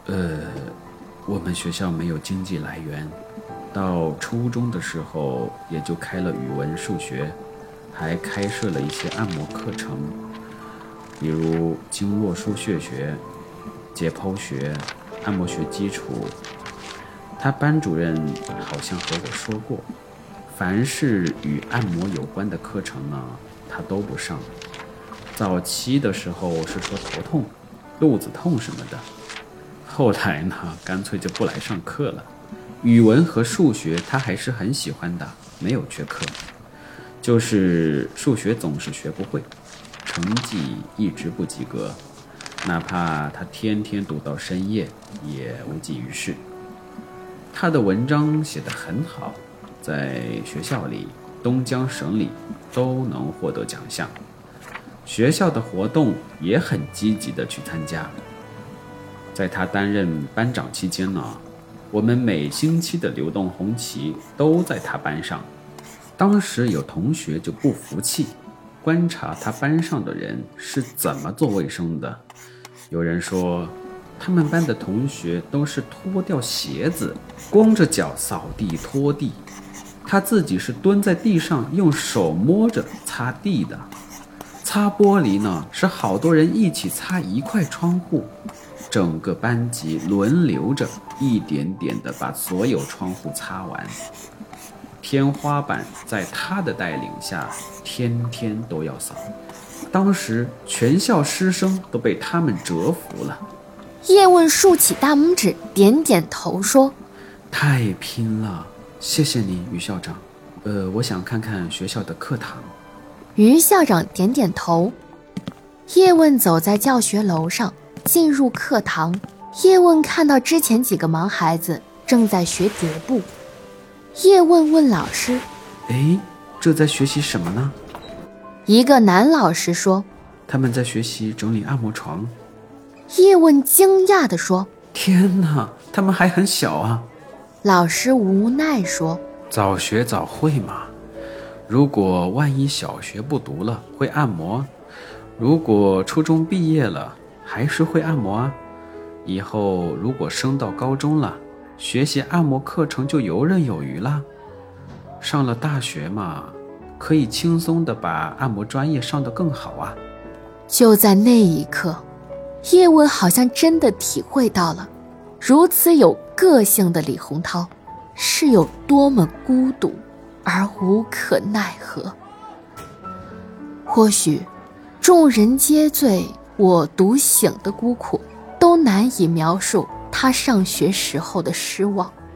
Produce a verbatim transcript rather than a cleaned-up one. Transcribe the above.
呃，我们学校没有经济来源，到初中的时候也就开了语文、数学，还开设了一些按摩课程，比如经络腧穴学、解剖学、按摩学基础。他班主任好像和我说过，凡是与按摩有关的课程呢，他都不上。早期的时候是说头痛、肚子痛什么的，后来呢，干脆就不来上课了。语文和数学他还是很喜欢的，没有缺课，就是数学总是学不会，成绩一直不及格，哪怕他天天读到深夜也无济于事。他的文章写得很好，在学校里、东江省里都能获得奖项，学校的活动也很积极地去参加。在他担任班长期间呢，我们每星期的流动红旗都在他班上。当时有同学就不服气，观察他班上的人是怎么做卫生的。有人说，他们班的同学都是脱掉鞋子，光着脚扫地拖地，他自己是蹲在地上用手摸着擦地的。擦玻璃呢，是好多人一起擦一块窗户，整个班级轮流着一点点地把所有窗户擦完。天花板在他的带领下天天都要扫，当时全校师生都被他们折服了。 叶问竖起大拇指，点点头说： 太拼了，谢谢你，于校长。呃，我想看看学校的课堂。 于校长点点头。叶问走在教学楼上，进入课堂。叶问看到之前几个盲孩子正在学叠步。叶问问老师： 诶，这在学习什么呢？ 一个男老师说： 他们在学习整理按摩床。 叶问惊讶地说： 天哪，他们还很小啊。 老师无奈说： 早学早会嘛，如果万一小学不读了，会按摩；如果初中毕业了，还是会按摩啊。以后如果升到高中了，学习按摩课程就游刃有余了。上了大学嘛，可以轻松地把按摩专业上得更好啊。 就在那一刻，叶问好像真的体会到了，如此有个性的李洪涛是有多么孤独而无可奈何。或许众人皆醉我独醒的孤苦，都难以描述他上学时候的失望。